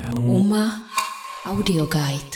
UMA Audio Guide.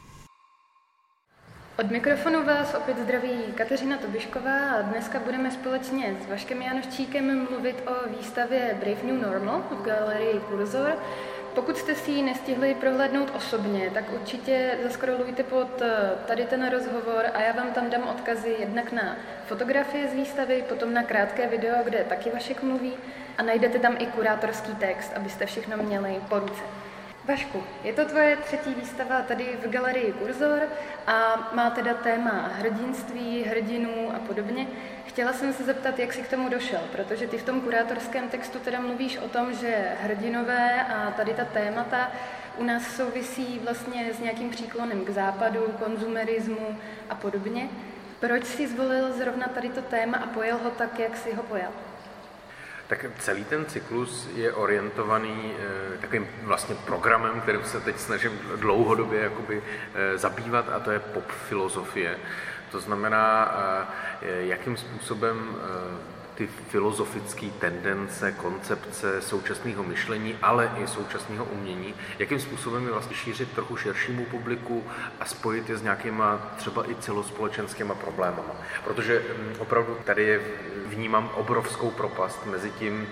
Od mikrofonu vás opět zdraví Kateřina Tobišková a dneska budeme společně s Vaškem Janoščíkem mluvit o výstavě Brave New Normal v galerii Kurzor. Pokud jste si ji nestihli prohlédnout osobně, tak určitě zaskrolujte pod tady ten rozhovor a já vám tam dám odkazy jednak na fotografie z výstavy, potom na krátké video, kde taky Vašek mluví a najdete tam i kurátorský text, abyste všechno měli po ruce. Vašku, je to tvoje třetí výstava tady v galerii Kurzor a má teda téma hrdinství, hrdinů a podobně. Chtěla jsem se zeptat, jak jsi k tomu došel, protože ty v tom kurátorském textu teda mluvíš o tom, že hrdinové a tady ta témata u nás souvisí vlastně s nějakým příklonem k západu, konzumerismu a podobně. Proč jsi zvolil zrovna tady to téma a pojel ho tak, jak jsi ho pojal? Tak celý ten cyklus je orientovaný takovým vlastně programem, kterým se teď snažím dlouhodobě zabývat, a to je pop filozofie. To znamená, jakým způsobem ty filozofické tendence, koncepce současného myšlení, ale i současného umění, jakým způsobem je vlastně šířit trochu širšímu publiku a spojit je s nějakýma třeba i celospolečenskýma problémama. Protože opravdu tady vnímám obrovskou propast mezi tím,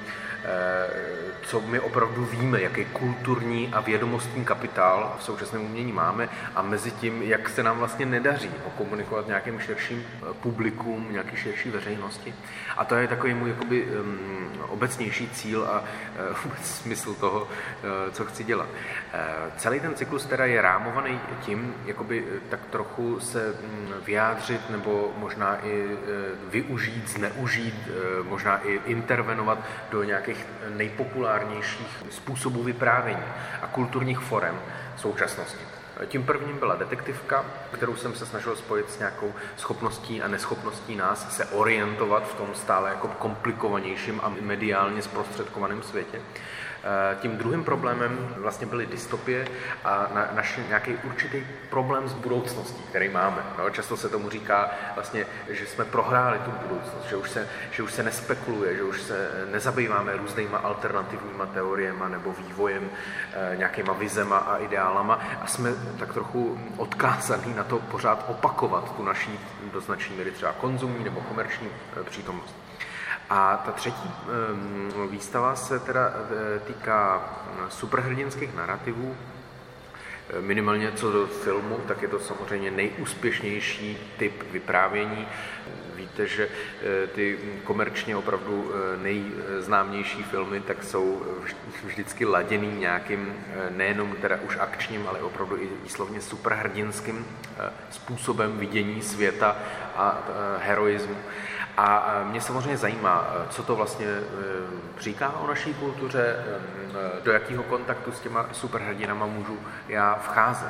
co my opravdu víme, jaký kulturní a vědomostní kapitál v současném umění máme, a mezi tím, jak se nám vlastně nedaří komunikovat nějakým širším publikům, nějaký širší veřejnosti. A to je takový můj obecnější cíl a vůbec smysl toho, co chci dělat. Celý ten cyklus teda je rámovaný tím, tak trochu se vyjádřit nebo možná i využít, zneužít, možná i intervenovat do nějakých nejpopulárnějších způsobů vyprávění a kulturních forem současnosti. Tím prvním byla detektivka, kterou jsem se snažil spojit s nějakou schopností a neschopností nás se orientovat v tom stále komplikovanějším a mediálně zprostředkovaném světě. Tím druhým problémem vlastně byly dystopie a naš nějaký určitý problém s budoucností, který máme. No, často se tomu říká vlastně, že jsme prohráli tu budoucnost, že už se nespekuluje, že už se nezabýváme různýma alternativníma teoriema nebo vývojem, nějakýma vizema a ideálama, a jsme tak trochu odkázaný na to pořád opakovat tu naší do značné míry třeba konzumní nebo komerční přítomnost. A ta třetí výstava se teda týká superhrdinských narrativů. Minimálně co do filmu, tak je to samozřejmě nejúspěšnější typ vyprávění. Víte, že ty komerčně opravdu nejznámější filmy tak jsou vždycky laděný nějakým nejenom teda už akčním, ale opravdu i výslovně superhrdinským způsobem vidění světa a heroismu. A mě samozřejmě zajímá, co to vlastně říká o naší kultuře, do jakého kontaktu s těma superhrdinama můžu já vcházet,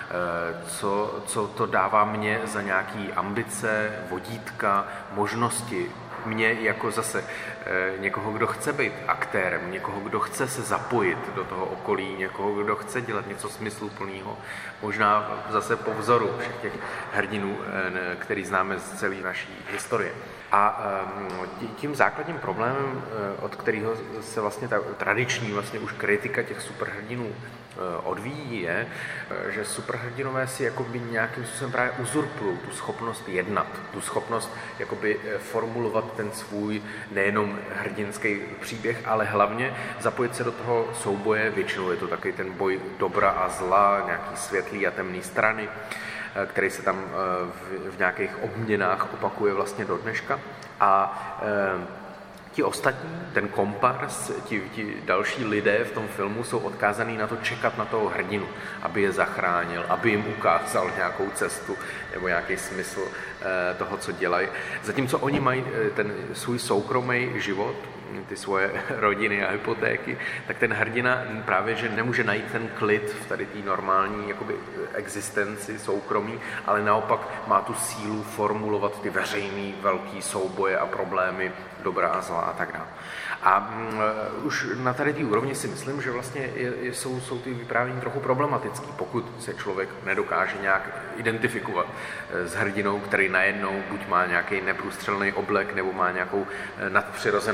co to dává mě za nějaký ambice, vodítka, možnosti, mě jako zase někoho, kdo chce být aktérem, někoho, kdo chce se zapojit do toho okolí, někoho, kdo chce dělat něco smysluplného, možná zase po vzoru všech těch hrdinů, který známe z celé naší historie. A tím základním problémem, od kterého se vlastně ta tradiční vlastně už kritika těch superhrdinů odvíjí, je, že superhrdinové si nějakým způsobem právě uzurpují tu schopnost jednat, tu schopnost formulovat ten svůj nejenom hrdinský příběh, ale hlavně zapojit se do toho souboje. Většinou je to takový ten boj dobra a zla, nějaký světlý a temný strany, který se tam v nějakých obměnách opakuje vlastně do dneška. A ti ostatní, ten kompars, ti další lidé v tom filmu jsou odkázaní na to čekat na toho hrdinu, aby je zachránil, aby jim ukázal nějakou cestu nebo nějaký smysl toho, co dělají. Zatímco oni mají ten svůj soukromý život, ty svoje rodiny a hypotéky, tak ten hrdina právě, že nemůže najít ten klid v tady té normální existenci soukromí, ale naopak má tu sílu formulovat ty veřejný velký souboje a problémy dobra a zla a tak dále. A už na tady té úrovni si myslím, že vlastně jsou ty vyprávění trochu problematický, pokud se člověk nedokáže nějak identifikovat s hrdinou, který najednou buď má nějaký neprůstřelný oblek nebo má nějakou nadpřirozenou schopnost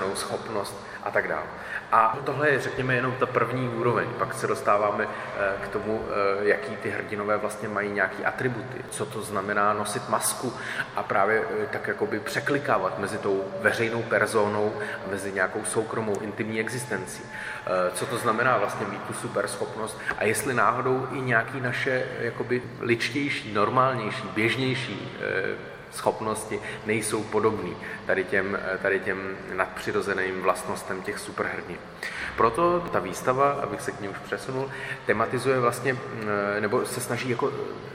schopnost a tak dále. A tohle je, řekněme, jenom ta první úroveň. Pak se dostáváme k tomu, jaký ty hrdinové vlastně mají nějaký atributy, co to znamená nosit masku a právě tak jakoby překlikávat mezi tou veřejnou personou a mezi nějakou soukromou intimní existencí. Co to znamená vlastně mít tu super schopnost a jestli náhodou i nějaký naše jakoby ličtější, normálnější, běžnější schopnosti nejsou podobný tady těm nadpřirozeným vlastnostem těch superhrdinů. Proto ta výstava, abych se k ní už přesunul, tematizuje vlastně, nebo se snaží jako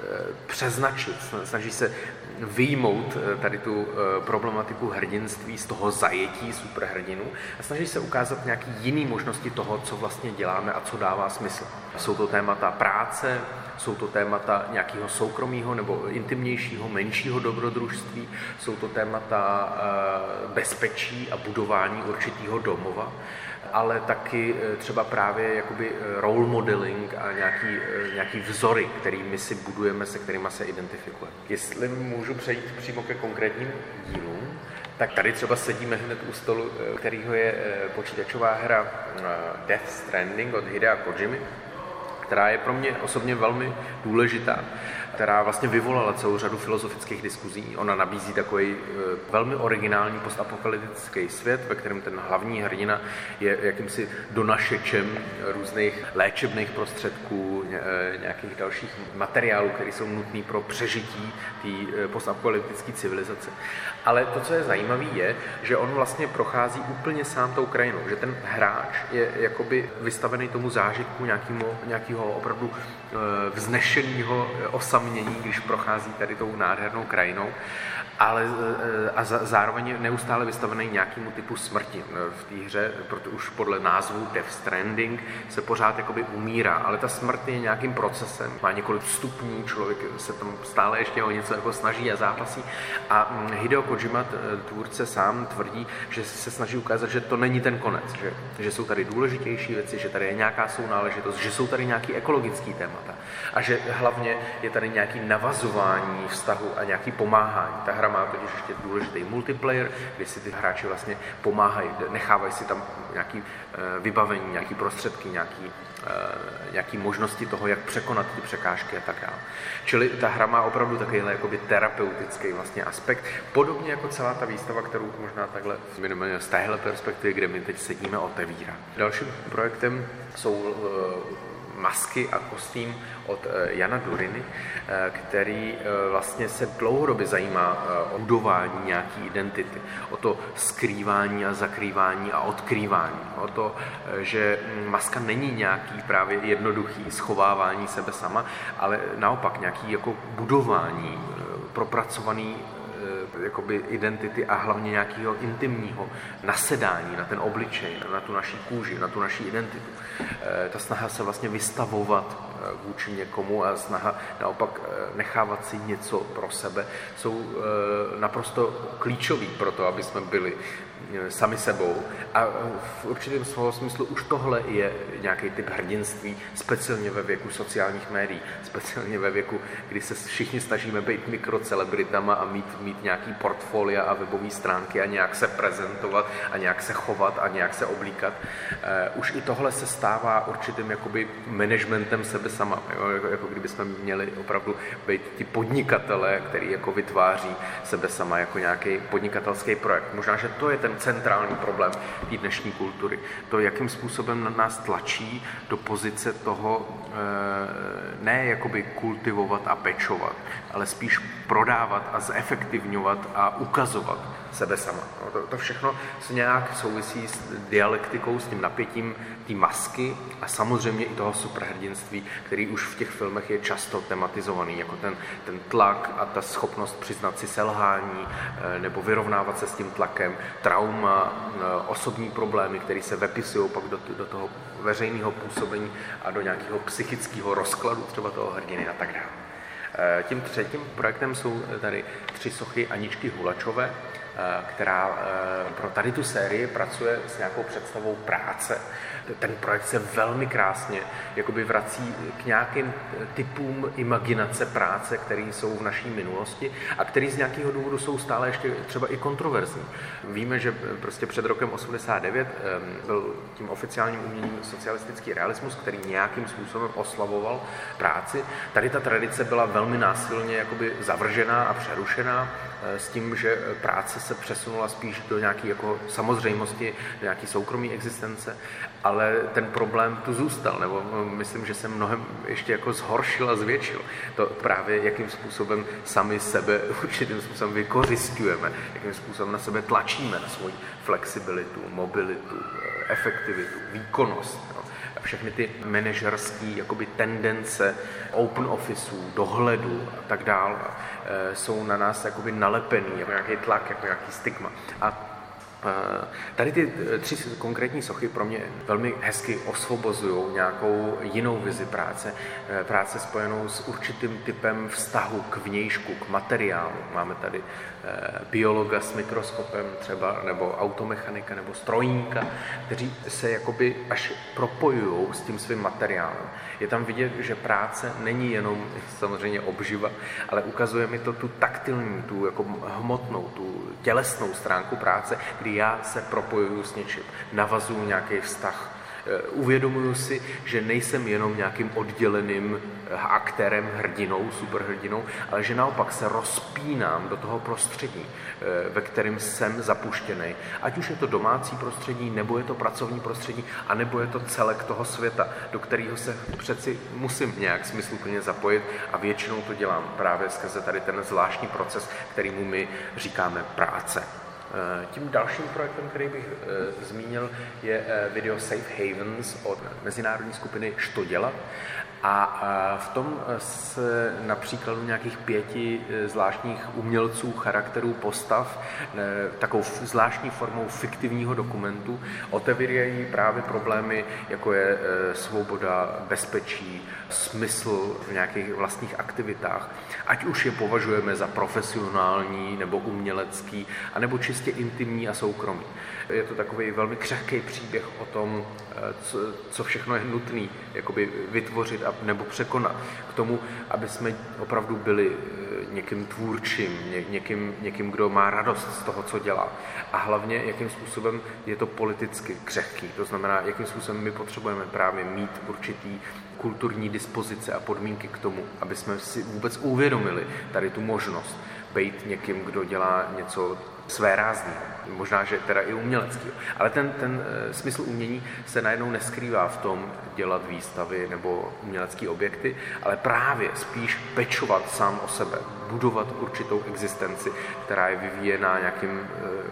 přeznačit, snaží se vyjmout tady tu problematiku hrdinství z toho zajetí superhrdinů a snaží se ukázat nějaký jiný možnosti toho, co vlastně děláme a co dává smysl. Jsou to témata práce, jsou to témata nějakého soukromého nebo intimnějšího, menšího dobrodružství, jsou to témata bezpečí a budování určitého domova, ale taky třeba právě jakoby role modeling a nějaký vzory, kterými si budujeme, se kterými se identifikujeme. Jestli můžu přejít přímo ke konkrétním dílům, tak tady třeba sedíme hned u stolu, kterýho je počítačová hra Death Stranding od Hidea Kojimy, která je pro mě osobně velmi důležitá, která vlastně vyvolala celou řadu filozofických diskuzí. Ona nabízí takový velmi originální postapokalyptický svět, ve kterém ten hlavní hrdina je jakýmsi donašečem různých léčebných prostředků, nějakých dalších materiálů, které jsou nutné pro přežití té postapokalyptické civilizace. Ale to, co je zajímavé, je, že on vlastně prochází úplně sám tou krajinou, že ten hráč je jakoby vystavený tomu zážitku nějakého opravdu vznešeného osamění, když prochází tady tou nádhernou krajinou, ale zároveň je neustále vystavený nějakému typu smrti v té hře, protože už podle názvu Death Stranding se pořád jakoby umírá, ale ta smrt je nějakým procesem, má několik stupňů, člověk se tam stále ještě o něco jako snaží a zápasí a Hideo Kojima, tvůrce, sám tvrdí, že se snaží ukázat, že to není ten konec, že jsou tady důležitější věci, že tady je nějaká sounáležitost, že jsou tady nějaký ekologický témata a že hlavně je tady nějaký navazování vztahu a nějaký pomáhání. Ta hra má totiž ještě důležitý multiplayer, kdy si ty hráči vlastně pomáhají, nechávají si tam nějaké vybavení, nějaké prostředky, nějaké možnosti toho, jak překonat ty překážky a tak dále. Čili ta hra má opravdu takovýhle jakoby terapeutický vlastně aspekt, podobně jako celá ta výstava, kterou možná takhle minimálně z téhle perspektivy, kde my teď sedíme, otevírá. Dalším projektem jsou masky a kostým od Jana Duriny, který vlastně se dlouhodobě zajímá o budování nějaké identity, o to skrývání a zakrývání a odkrývání, o to, že maska není nějaký právě jednoduchý schovávání sebe sama, ale naopak nějaký jako budování, propracovaný jakoby identity a hlavně nějakého intimního nasedání na ten obličej, na tu naší kůži, na tu naší identitu. Ta snaha se vlastně vystavovat vůči někomu a snaha naopak nechávat si něco pro sebe jsou naprosto klíčový pro to, aby jsme byli sami sebou. A v určitém slova smyslu už tohle je nějaký typ hrdinství, speciálně ve věku sociálních médií, speciálně ve věku, kdy se všichni snažíme být mikrocelebritama a mít nějaký portfolia a webové stránky a nějak se prezentovat a nějak se chovat a nějak se oblíkat. Už i tohle se stává určitým jakoby managementem sebe sama, jako kdybychom měli opravdu být ti podnikatelé, který jako vytváří sebe sama jako nějaký podnikatelský projekt. Možná, že to je ten centrální problém té dnešní kultury. To, jakým způsobem na nás tlačí do pozice toho ne jakoby kultivovat a pečovat, ale spíš prodávat a zefektivňovat a ukazovat sebe sama. To všechno se nějak souvisí s dialektikou, s tím napětím té masky a samozřejmě i toho superhrdinství, který už v těch filmech je často tematizovaný, jako ten tlak a ta schopnost přiznat si selhání nebo vyrovnávat se s tím tlakem, trauma, osobní problémy, které se vepisují pak do toho veřejného působení a do nějakého psychického rozkladu třeba toho hrdiny a tak dále. Tím třetím projektem jsou tady 3 sochy Aničky Hulačové, která pro tady tu sérii pracuje s nějakou představou práce. Ten projekt se velmi krásně jakoby vrací k nějakým typům imaginace práce, které jsou v naší minulosti a které z nějakého důvodu jsou stále ještě třeba i kontroverzní. Víme, že prostě před rokem 89 byl tím oficiálním uměním socialistický realismus, který nějakým způsobem oslavoval práci. Tady ta tradice byla velmi násilně jakoby zavržená a přerušená s tím, že práce se přesunula spíš do nějaké jako samozřejmosti, do nějaké soukromé existence, ale ten problém tu zůstal, nebo myslím, že se mnohem ještě jako zhoršil a zvětšil. To právě, jakým způsobem sami sebe určitým způsobem vykořisťujeme, jakým způsobem na sebe tlačíme, na svoji flexibilitu, mobilitu, efektivitu, výkonnost. No. A všechny ty manažerské jakoby tendence open officeů, dohledu a tak dále jsou na nás jakoby nalepený, jako nějaký tlak, jako nějaký stigma. A tady ty 3 konkrétní sochy pro mě velmi hezky osvobozují nějakou jinou vizi práce spojenou s určitým typem vztahu k vnějšku, k materiálu. Máme tady biologa s mikroskopem třeba, nebo automechanika, nebo strojníka, kteří se jakoby až propojují s tím svým materiálem. Je tam vidět, že práce není jenom samozřejmě obživa, ale ukazuje mi to tu taktilní, tu jako hmotnou, tu tělesnou stránku práce, kdy já se propojuju s něčím, navazuju nějaký vztah. Uvědomuju si, že nejsem jenom nějakým odděleným aktérem, hrdinou, superhrdinou, ale že naopak se rozpínám do toho prostředí, ve kterém jsem zapuštěný. Ať už je to domácí prostředí, nebo je to pracovní prostředí, anebo je to celek toho světa, do kterého se přeci musím nějak smysluplně zapojit a většinou to dělám právě skrze tady ten zvláštní proces, kterýmu my říkáme práce. Tím dalším projektem, který bych zmínil, je video Safe Havens od mezinárodní skupiny Što dělat. A v tom se na příkladu nějakých 5 zvláštních umělců, charakterů, postav, takovou zvláštní formou fiktivního dokumentu otevírají právě problémy, jako je svoboda, bezpečí, smysl v nějakých vlastních aktivitách. Ať už je považujeme za profesionální nebo umělecký, anebo čistě intimní a soukromý. Je to takový velmi křehký příběh o tom, co všechno je nutné jakoby vytvořit nebo překonat k tomu, aby jsme opravdu byli někým tvůrčím, někým, kdo má radost z toho, co dělá. A hlavně, jakým způsobem je to politicky křehký. To znamená, jakým způsobem my potřebujeme právě mít určitý kulturní dispozice a podmínky k tomu, aby jsme si vůbec uvědomili tady tu možnost být někým, kdo dělá něco svérázného, možná, že teda i uměleckého. Ale ten smysl umění se najednou neskrývá v tom dělat výstavy nebo umělecké objekty, ale právě spíš pečovat sám o sebe, budovat určitou existenci, která je vyvíjená nějakým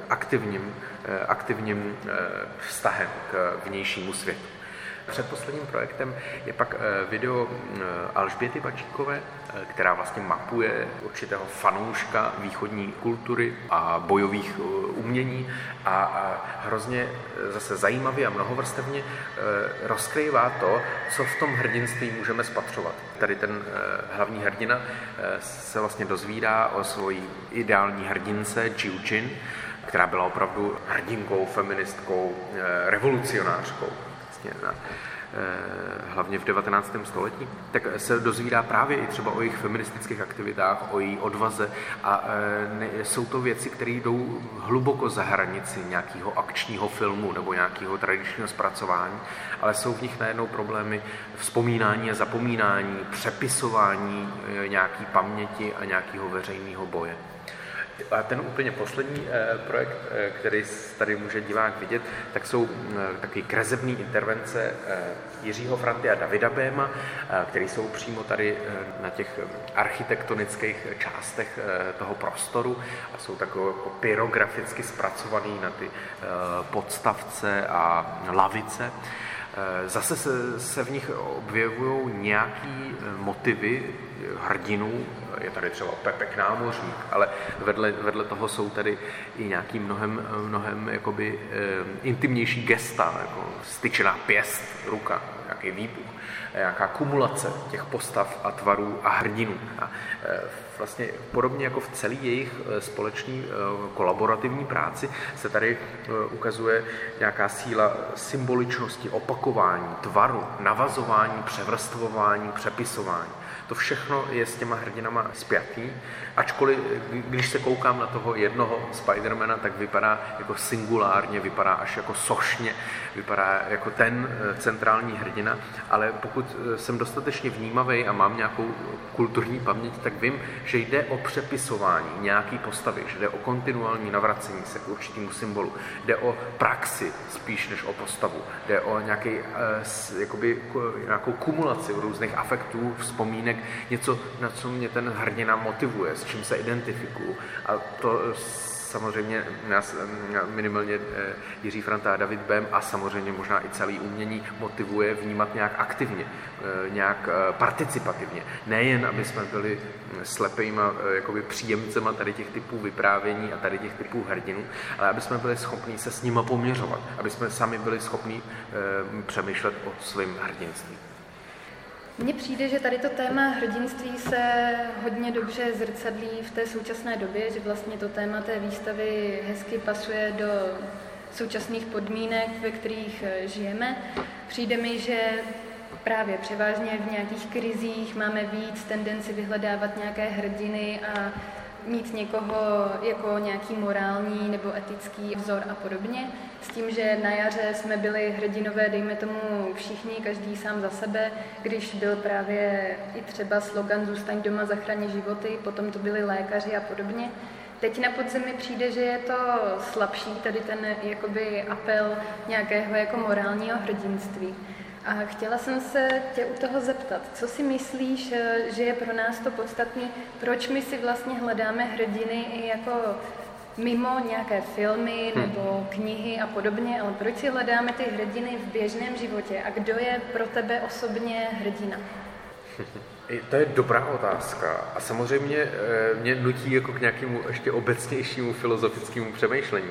aktivním vztahem k vnějšímu světu. Předposledním projektem je pak video Alžběty Bačíkové, která vlastně mapuje určitého fanouška východní kultury a bojových umění a hrozně zase zajímavě a mnohovrstevně rozkrývá to, co v tom hrdinství můžeme spatřovat. Tady ten hlavní hrdina se vlastně dozvídá o svojí ideální hrdince Jiu Jin, která byla opravdu hrdinkou, feministkou, revolucionářkou. Hlavně v 19. století, tak se dozvídá právě i třeba o jejich feministických aktivitách, o její odvaze a jsou to věci, které jdou hluboko za hranici nějakého akčního filmu nebo nějakého tradičního zpracování, ale jsou v nich najednou problémy vzpomínání a zapomínání, přepisování nějaký paměti a nějakého veřejného boje. A ten úplně poslední projekt, který tady může divák vidět, tak jsou taky kresební intervence Jiřího Franty a Davida Béma, které jsou přímo tady na těch architektonických částech toho prostoru a jsou takové jako pyrograficky zpracované na ty podstavce a lavice. Zase se v nich objevují nějaký motivy hrdinů, je tady třeba Pepek námořník, ale vedle toho jsou tady i nějaký mnohem jakoby intimnější gesta, jako styčená pěst, ruka, nějaký výbuch, nějaká kumulace těch postav a tvarů a hrdinů. A vlastně podobně jako v celé jejich společné kolaborativní práci se tady ukazuje nějaká síla symboličnosti, opakování, tvaru, navazování, převrstvování, přepisování. To všechno je s těma hrdinama spjatý, ačkoliv, když se koukám na toho jednoho Spidermana, tak vypadá jako singulárně, vypadá až jako sošně, vypadá jako ten centrální hrdina, ale pokud jsem dostatečně vnímavý a mám nějakou kulturní paměť, tak vím, že jde o přepisování nějaký postavy, že jde o kontinuální navracení se k určitému symbolu, jde o praxi spíš než o postavu, jde o nějakou kumulaci různých afektů, vzpomínek, něco, na co mě ten hrdina motivuje, s čím se identifikuju. A to samozřejmě nás minimálně Jiří Franta a David Böhm a samozřejmě možná i celý umění motivuje vnímat nějak aktivně, nějak participativně. Nejen, aby jsme byli slepejma jakoby příjemcema tady těch typů vyprávění a tady těch typů hrdinů, ale aby jsme byli schopni se s nima poměřovat, aby jsme sami byli schopni přemýšlet o svém hrdinství. Mně přijde, že tady to téma hrdinství se hodně dobře zrcadlí v té současné době, že vlastně to téma té výstavy hezky pasuje do současných podmínek, ve kterých žijeme. Přijde mi, že právě převážně v nějakých krizích máme víc tendenci vyhledávat nějaké hrdiny a mít někoho jako nějaký morální nebo etický vzor a podobně. S tím, že na jaře jsme byli hrdinové, dejme tomu všichni, každý sám za sebe, když byl právě i třeba slogan Zůstaň doma, zachraň životy, potom to byli lékaři a podobně. Teď na podzim mi přijde, že je to slabší, tady ten jakoby apel nějakého jako morálního hrdinství. A chtěla jsem se tě u toho zeptat, co si myslíš, že je pro nás to podstatné, proč my si vlastně hledáme hrdiny i jako mimo nějaké filmy nebo knihy a podobně, ale proč si hledáme ty hrdiny v běžném životě a kdo je pro tebe osobně hrdina? To je dobrá otázka a samozřejmě mě nutí jako k nějakému ještě obecnějšímu filozofickému přemýšlení.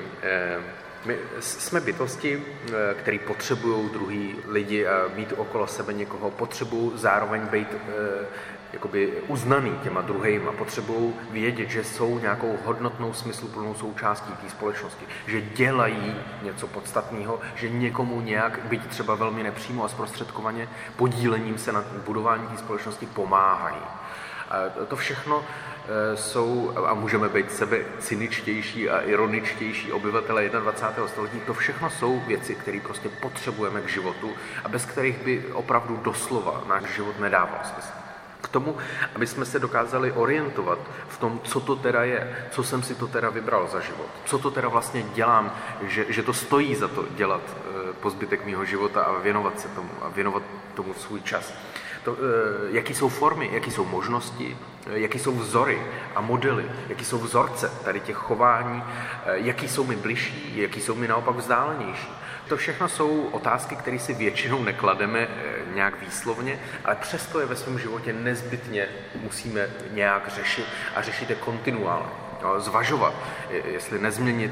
My jsme bytosti, které potřebují druhý lidi a mít okolo sebe někoho, potřebují zároveň být jakoby uznaný těma druhejma, potřebují vědět, že jsou nějakou hodnotnou, smysluplnou součástí té společnosti, že dělají něco podstatného, že někomu nějak, byť třeba velmi nepřímo a zprostředkovaně, podílením se na budování té společnosti pomáhají. A to všechno jsou, a můžeme být sebe cyničtější a ironičtější obyvatele 21. století, to všechno jsou věci, které prostě potřebujeme k životu a bez kterých by opravdu doslova náš život nedával smysl. K tomu, aby jsme se dokázali orientovat v tom, co to teda je, co jsem si to teda vybral za život, co to teda vlastně dělám, že to stojí za to dělat po zbytek mýho života a věnovat se tomu a věnovat tomu svůj čas. Jaký jsou formy, jaký jsou možnosti, jaký jsou vzory a modely, jaký jsou vzorce tady těch chování, jaký jsou mi bližší, jaký jsou mi naopak vzdálenější. To všechno jsou otázky, které si většinou neklademe nějak výslovně, ale přesto je ve svém životě nezbytně musíme nějak řešit a řešit je kontinuálně. Zvažovat, jestli nezměnit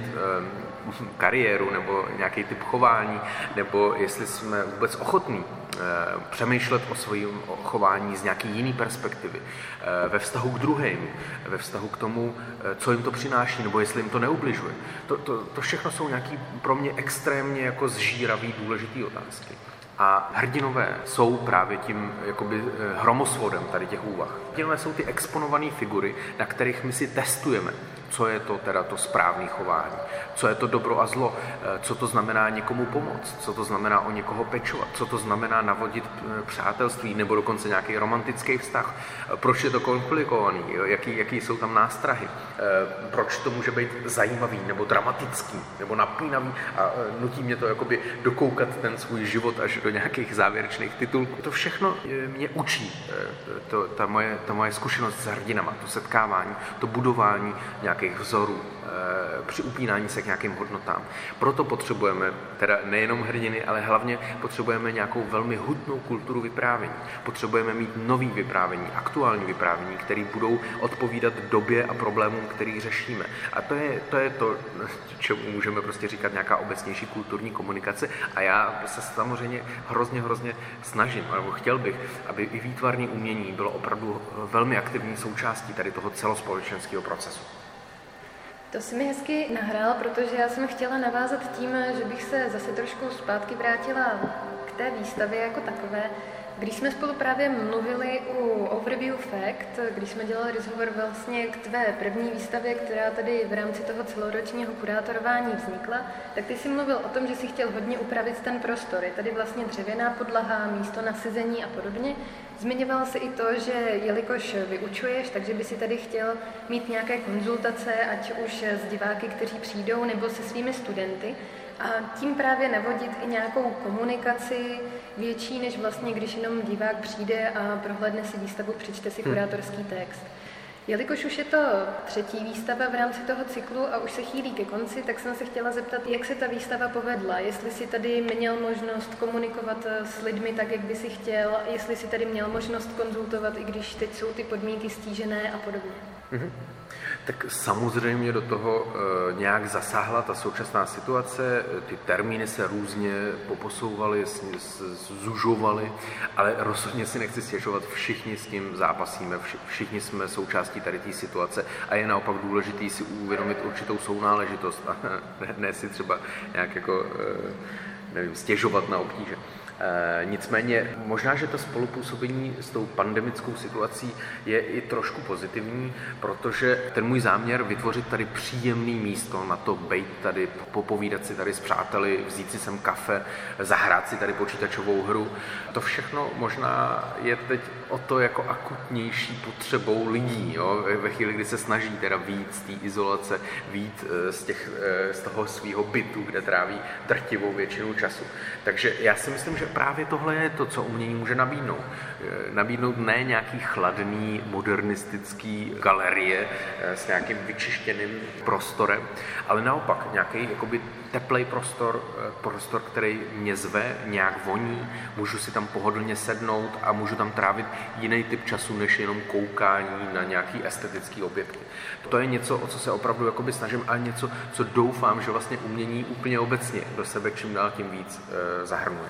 kariéru nebo nějaký typ chování, nebo jestli jsme vůbec ochotní přemýšlet o svém chování z nějaký jiný perspektivy, ve vztahu k druhým, ve vztahu k tomu, co jim to přináší, nebo jestli jim to neubližuje. To všechno jsou nějaký pro mě extrémně jako zžíravý důležitý otázky. A hrdinové jsou právě tím jakoby hromosvodem tady těch úvah. Hrdinové jsou ty exponované figury, na kterých my si testujeme, co je to teda to správné chování, co je to dobro a zlo, co to znamená někomu pomoct, co to znamená o někoho pečovat, co to znamená navodit přátelství nebo dokonce nějaký romantický vztah, proč je to komplikovaný, jaký jsou tam nástrahy, proč to může být zajímavý nebo dramatický nebo napínavý a nutí mě to jakoby dokoukat ten svůj život až do nějakých závěrečných titulků. To všechno mě učí, ta moje zkušenost s hrdinama, to setkávání, to budování nějakých nějakých vzorů, při upínání se k nějakým hodnotám. Proto potřebujeme teda nejenom hrdiny, ale hlavně potřebujeme nějakou velmi hutnou kulturu vyprávění. Potřebujeme mít nový vyprávění, aktuální vyprávění, které budou odpovídat době a problémům, který řešíme. A to je to, čemu můžeme prostě říkat nějaká obecnější kulturní komunikace. A já se samozřejmě hrozně snažím, nebo chtěl bych, aby i výtvarné umění bylo opravdu velmi aktivní součástí tady toho celospolečenského procesu. To si mi hezky nahrál, protože já jsem chtěla navázat tím, že bych se zase trošku zpátky vrátila k té výstavě jako takové. Když jsme spolu právě mluvili u Overview Fact, když jsme dělali rozhovor vlastně k tvé první výstavě, která tady v rámci toho celoročního kurátorování vznikla, tak ty jsi mluvil o tom, že si chtěl hodně upravit ten prostor. Je tady vlastně dřevěná podlaha, místo na sezení a podobně. Zmiňoval jsi i to, že jelikož vyučuješ, takže by si tady chtěl mít nějaké konzultace, ať už s diváky, kteří přijdou, nebo se svými studenty. A tím právě navodit i nějakou komunikaci větší, než vlastně, když jenom divák přijde a prohlédne si výstavu, přečte si kurátorský text. Jelikož už je to třetí výstava v rámci toho cyklu a už se chýlí ke konci, tak jsem se chtěla zeptat, jak se ta výstava povedla, jestli si tady měl možnost komunikovat s lidmi tak, jak by si chtěl, jestli si tady měl možnost konzultovat, i když teď jsou ty podmínky stížené a podobně. Mm-hmm. Tak samozřejmě do toho nějak zasáhla ta současná situace, ty termíny se různě poposouvaly, zužovaly, ale rozhodně si nechci stěžovat, všichni s tím zápasíme, všichni jsme součástí tady té situace a je naopak důležitý si uvědomit určitou sounáležitost a ne si třeba nějak jako, nevím, stěžovat na obtíže. Nicméně možná, že to spolupůsobení s tou pandemickou situací je i trošku pozitivní, protože ten můj záměr vytvořit tady příjemné místo na to bejt tady, popovídat si tady s přáteli, vzít si sem kafe, zahrát si tady počítačovou hru. To všechno možná je teď o to jako akutnější potřebou lidí, jo? Ve chvíli, kdy se snaží teda vyjít z té izolace, vyjít z toho svého bytu, kde tráví drtivou většinu času. Takže já si myslím, že právě tohle je to, co umění může nabídnout. Nabídnout ne nějaký chladný, modernistický galerie s nějakým vyčištěným prostorem, ale naopak nějaký jakoby teplej prostor, který mě zve, nějak voní, můžu si tam pohodlně sednout a můžu tam trávit jiný typ času, než jenom koukání na nějaký estetický objekty. To je něco, o co se opravdu jakoby snažím, a něco, co doufám, že vlastně umění úplně obecně do sebe čím dál tím víc zahrnuje.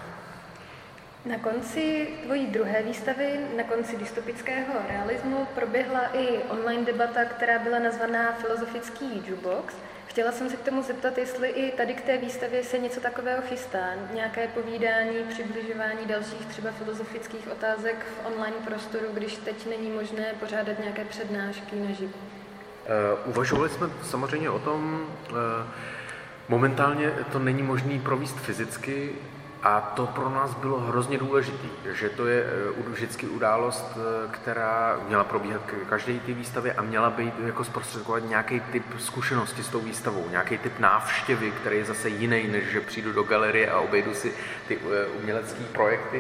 Na konci tvojí druhé výstavy, na konci dystopického realismu, proběhla i online debata, která byla nazvaná Filozofický jukebox. Chtěla jsem se k tomu zeptat, jestli i tady k té výstavě se něco takového chystá, nějaké povídání, přibližování dalších třeba filozofických otázek v online prostoru, když teď není možné pořádat nějaké přednášky naživo. Uvažovali jsme samozřejmě o tom, momentálně to není možné provést fyzicky, a to pro nás bylo hrozně důležité, že to je vždycky událost, která měla probíhat každé té výstavě a měla být jako zprostředkovat nějaký typ zkušenosti s tou výstavou, nějaký typ návštěvy, který je zase jiný, než že přijdu do galerie a obejdu si ty umělecké projekty.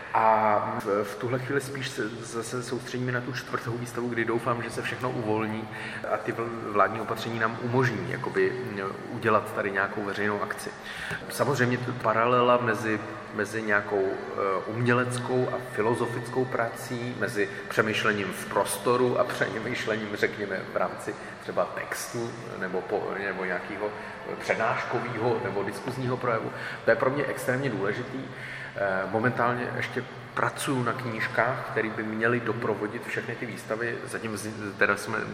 A v tuhle chvíli spíš se zase soustředíme na tu čtvrtou výstavu, kdy doufám, že se všechno uvolní a ty vládní opatření nám umožní jakoby udělat tady nějakou veřejnou akci. Samozřejmě tu paralela mezi nějakou uměleckou a filozofickou prací, mezi přemýšlením v prostoru a přemýšlením, řekněme, v rámci třeba textu nebo nějakého přednáškového nebo diskuzního projevu. To je pro mě extrémně důležitý. Momentálně ještě pracuji na knížkách, které by měly doprovodit všechny ty výstavy. Zatím teda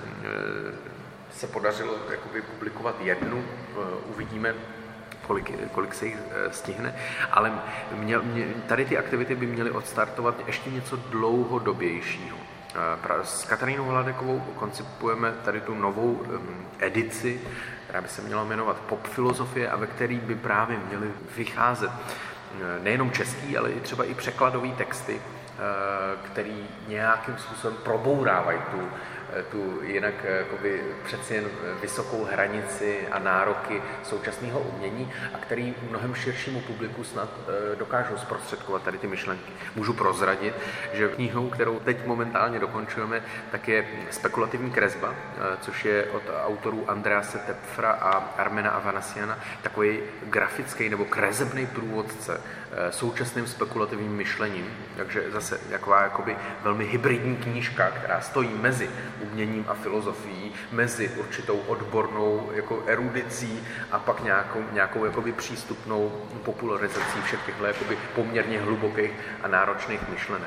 se podařilo jakoby publikovat jednu, uvidíme, kolik se jich stihne, ale tady ty aktivity by měly odstartovat ještě něco dlouhodobějšího. S Katarínou Hladekovou koncipujeme tady tu novou edici, která by se měla jmenovat Pop filozofie a ve který by právě měly vycházet nejenom český, ale i třeba i překladové texty, který nějakým způsobem probourávají tu tu jinak jakoby přeci jen vysokou hranici a nároky současného umění a který mnohem širšímu publiku snad dokážou zprostředkovat tady ty myšlenky. Můžu prozradit, že knihou, kterou teď momentálně dokončujeme, tak je Spekulativní kresba, což je od autorů Andrease Tepfra a Armena Avanasiana, takový grafický nebo kresebný průvodce současným spekulativním myšlením. Takže zase taková jakoby velmi hybridní knížka, která stojí mezi uměním a filozofií, mezi určitou odbornou jako erudicí a pak nějakou jakoby přístupnou popularizací všech těchto jakoby poměrně hlubokých a náročných myšlenek.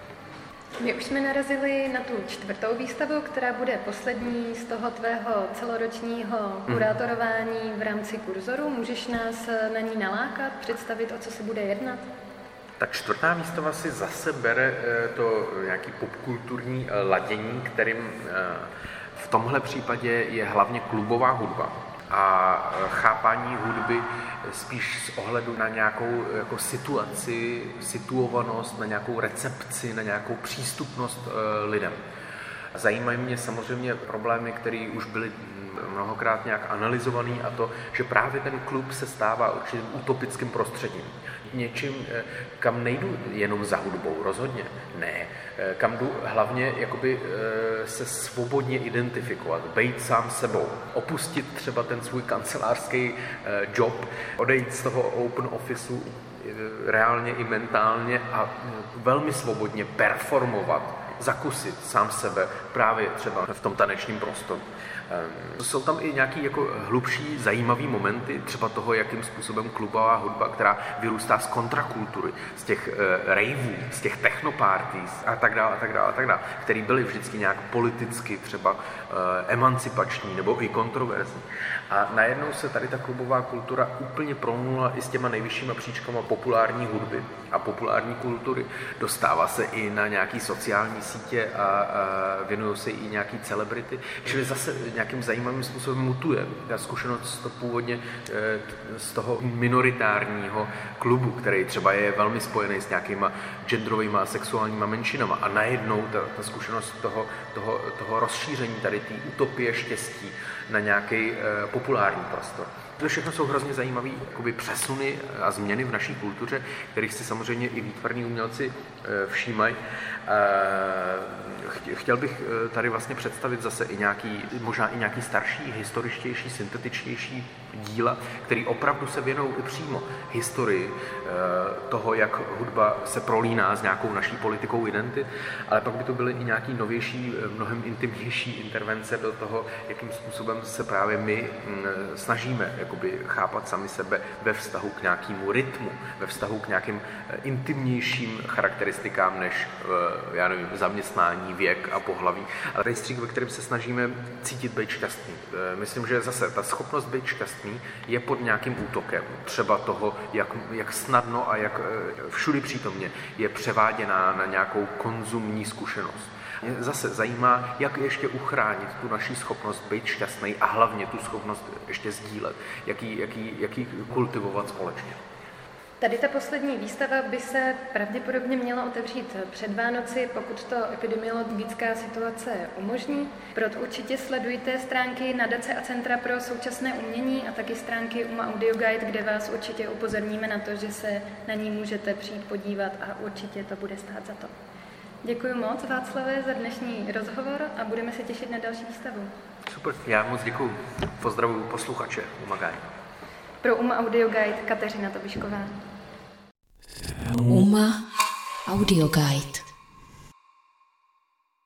My už jsme narazili na tu 4. výstavu, která bude poslední z toho tvého celoročního kurátorování v rámci kurzoru. Můžeš nás na ní nalákat, představit, o co se bude jednat? Ta 4. výstava si zase bere to nějaký popkulturní ladění, kterým v tomhle případě je hlavně klubová hudba a chápání hudby spíš z ohledu na nějakou jako situaci, situovanost, na nějakou recepci, na nějakou přístupnost lidem. Zajímají mě samozřejmě problémy, které už byly mnohokrát nějak analyzovaný a to, že právě ten klub se stává určitým utopickým prostředím. Něčím, kam nejdu jenom za hudbou, rozhodně ne. Kam jdu hlavně jakoby se svobodně identifikovat, být sám sebou, opustit třeba ten svůj kancelářský job, odejít z toho open officeu reálně i mentálně a velmi svobodně performovat, zakusit sám sebe právě třeba v tom tanečním prostoru. Jsou tam i nějaký jako hlubší, zajímavý momenty, třeba toho, jakým způsobem klubová hudba, která vyrůstá z kontrakultury, z těch raveů, z těch technoparties a tak dále, které byly vždycky nějak politicky třeba emancipační nebo i kontroverzní. A najednou se tady ta klubová kultura úplně promlula i s těma nejvyššíma příčkama populární hudby a populární kultury. Dostává se i na nějaký sociální sítě a věnují se i nějaký celebrity, čili zase nějakým zajímavým způsobem mutuje. Ta zkušenost to původně z toho minoritárního klubu, který třeba je velmi spojený s nějakýma genderovými a sexuálníma menšinama a najednou ta zkušenost toho rozšíření tady té utopie štěstí na nějaký populární prostor. To všechno jsou hrozně zajímavé přesuny a změny v naší kultuře, kterých si samozřejmě i výtvarní umělci všímají. Chtěl bych tady vlastně představit zase i možná i nějaký starší, historičtější, syntetičtější díla, který opravdu se věnují i přímo historii toho, jak hudba se prolíná s nějakou naší politikou identity, ale pak by to byly i nějaký novější, mnohem intimnější intervence do toho, jakým způsobem se právě my snažíme jakoby chápat sami sebe ve vztahu k nějakému rytmu, ve vztahu k nějakým intimnějším charakteristikám než, já nevím, zaměstnání, věk a pohlaví. Ale rejstřík, ve kterém se snažíme cítit být šťastný. Myslím, že zase ta schopnost být šťastný je pod nějakým útokem. Třeba toho, jak snadno a jak všudy přítomně je převáděná na nějakou konzumní zkušenost. Mě zase zajímá, jak ještě uchránit tu naši schopnost být šťastný a hlavně tu schopnost ještě sdílet, jak ji kultivovat společně. Tady ta poslední výstava by se pravděpodobně měla otevřít před Vánoci, pokud to epidemiologická situace umožní. Proto určitě sledujte stránky Nadace a Centra pro současné umění a taky stránky UMA Audio Guide, kde vás určitě upozorníme na to, že se na ní můžete přijít podívat a určitě to bude stát za to. Děkuji moc, Václave, za dnešní rozhovor a budeme se těšit na další výstavu. Super, já moc děkuji. Pozdravuju posluchače UMA Guide. Pro UMA Audio Guide Kateřina Tobišková. UMA Audio Guide.